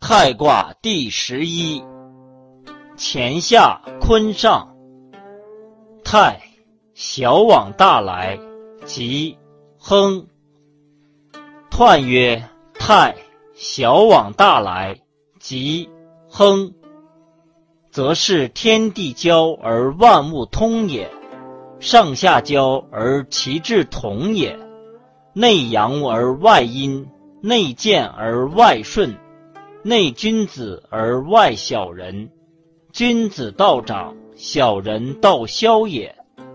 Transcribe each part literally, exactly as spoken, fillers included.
太卦第十一，乾下坤上。太，小往大来，吉，亨。彖曰：太，小往大来，吉，亨。则是天地交而万物通也，上下交而其志同也，内阳而外阴，内健而外顺，内君子而外小人，君子道长，小人道消也。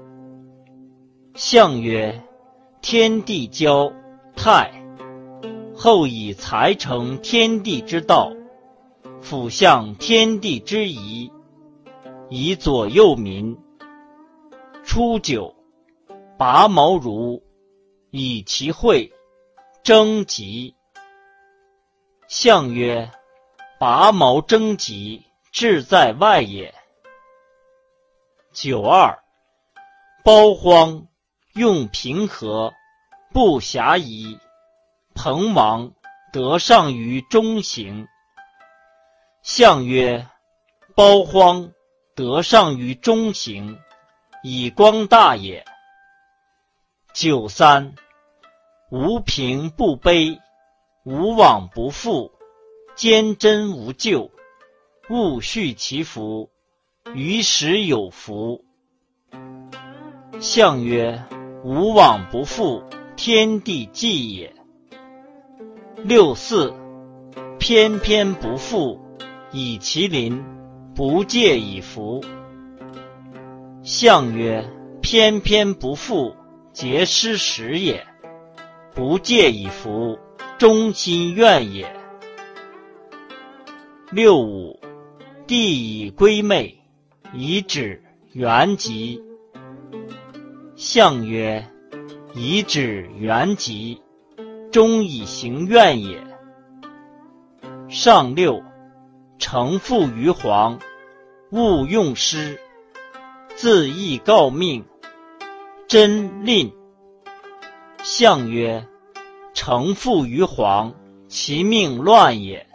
象曰：天地交，太。后以才成天地之道，辅相天地之宜，以左右民。初九，拔毛如，以其会，征吉。象曰：拔毛征吉，志在外也。九二，包荒，用平和，不暇夷。朋王，得上于中行。象曰：包荒，得上于中行，以光大也。九三，无平不卑，无往不复，坚贞无咎，勿恤其福，于时有福。象曰：无往不复，天地纪也。六四，偏偏不复，以其邻，不戒以服。象曰：偏偏不复，节失时也，不戒以服，忠心愿也。六五，地以归妹，以指元吉。象曰：以指元吉，忠以行愿也。上六，承父于皇，勿用师，自缢告命，真吝。象曰：承父于皇，其命乱也。